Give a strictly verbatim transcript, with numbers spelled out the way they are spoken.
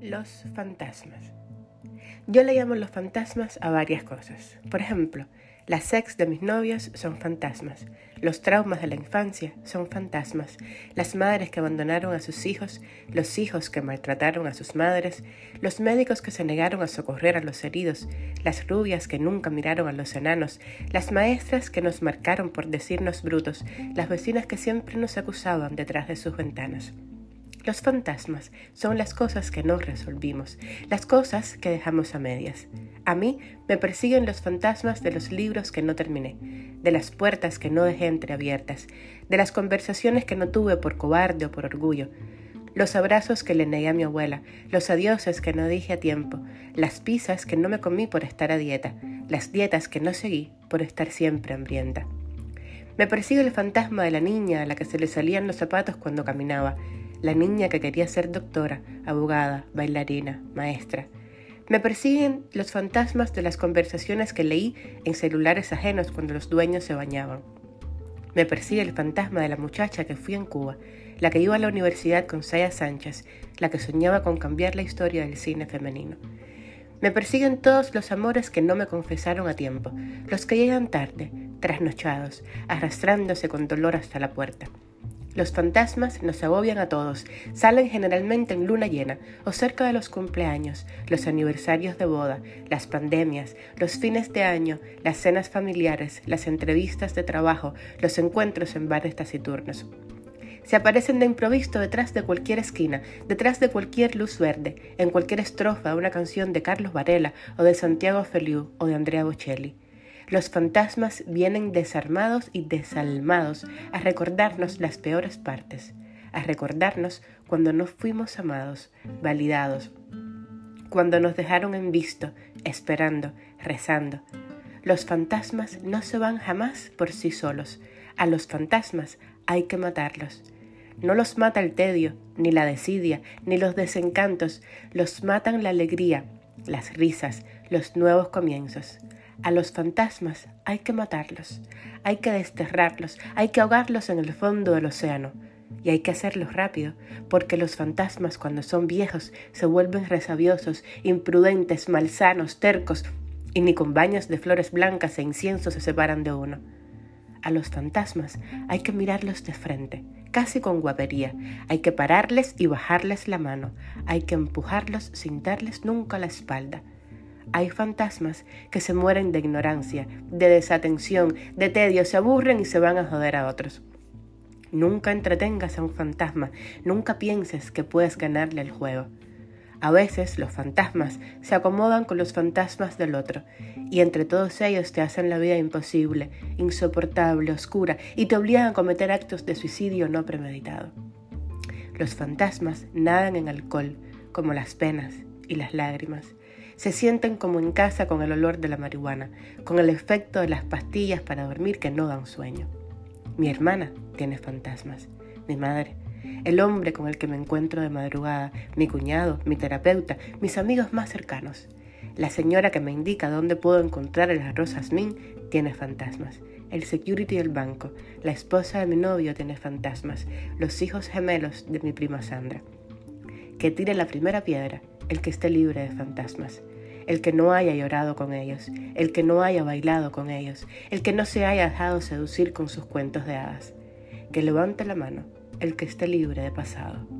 Los fantasmas. Yo le llamo los fantasmas a varias cosas. Por ejemplo, las ex de mis novios son fantasmas, los traumas de la infancia son fantasmas, las madres que abandonaron a sus hijos, los hijos que maltrataron a sus madres, los médicos que se negaron a socorrer a los heridos, las rubias que nunca miraron a los enanos, las maestras que nos marcaron por decirnos brutos, las vecinas que siempre nos acusaban detrás de sus ventanas. Los fantasmas son las cosas que no resolvimos, las cosas que dejamos a medias. A mí me persiguen los fantasmas de los libros que no terminé, de las puertas que no dejé entreabiertas, de las conversaciones que no tuve por cobarde o por orgullo, los abrazos que le negué a mi abuela, los adioses que no dije a tiempo, las pizzas que no me comí por estar a dieta, las dietas que no seguí por estar siempre hambrienta. Me persigue el fantasma de la niña a la que se le salían los zapatos cuando caminaba, la niña que quería ser doctora, abogada, bailarina, maestra. Me persiguen los fantasmas de las conversaciones que leí en celulares ajenos cuando los dueños se bañaban. Me persigue el fantasma de la muchacha que fui en Cuba, la que iba a la universidad con Saya Sánchez, la que soñaba con cambiar la historia del cine femenino. Me persiguen todos los amores que no me confesaron a tiempo, los que llegan tarde, trasnochados, arrastrándose con dolor hasta la puerta. Los fantasmas nos agobian a todos, salen generalmente en luna llena o cerca de los cumpleaños, los aniversarios de boda, las pandemias, los fines de año, las cenas familiares, las entrevistas de trabajo, los encuentros en bares taciturnos. Se aparecen de improviso detrás de cualquier esquina, detrás de cualquier luz verde, en cualquier estrofa de una canción de Carlos Varela o de Santiago Feliú o de Andrea Bocelli. Los fantasmas vienen desarmados y desalmados a recordarnos las peores partes, a recordarnos cuando no fuimos amados, validados, cuando nos dejaron en visto, esperando, rezando. Los fantasmas no se van jamás por sí solos. A los fantasmas hay que matarlos. No los mata el tedio, ni la desidia, ni los desencantos. Los matan la alegría, las risas, los nuevos comienzos. A los fantasmas hay que matarlos, hay que desterrarlos, hay que ahogarlos en el fondo del océano. Y hay que hacerlo rápido, porque los fantasmas cuando son viejos se vuelven resabiosos, imprudentes, malsanos, tercos, y ni con baños de flores blancas e incienso se separan de uno. A los fantasmas hay que mirarlos de frente, casi con guapería. Hay que pararles y bajarles la mano. Hay que empujarlos sin darles nunca la espalda. Hay fantasmas que se mueren de ignorancia, de desatención, de tedio, se aburren y se van a joder a otros. Nunca entretengas a un fantasma, nunca pienses que puedes ganarle el juego. A veces los fantasmas se acomodan con los fantasmas del otro, y entre todos ellos te hacen la vida imposible, insoportable, oscura, y te obligan a cometer actos de suicidio no premeditado. Los fantasmas nadan en alcohol, como las penas y las lágrimas. Se sienten como en casa con el olor de la marihuana, con el efecto de las pastillas para dormir que no dan sueño. Mi hermana tiene fantasmas, mi madre, el hombre con el que me encuentro de madrugada, mi cuñado, mi terapeuta, mis amigos más cercanos. La señora que me indica dónde puedo encontrar el arroz jazmín tiene fantasmas. El security del banco, la esposa de mi novio tiene fantasmas, los hijos gemelos de mi prima Sandra. Que tire la primera piedra el que esté libre de fantasmas, el que no haya llorado con ellos, el que no haya bailado con ellos, el que no se haya dejado seducir con sus cuentos de hadas. Que levante la mano el que esté libre de pasado.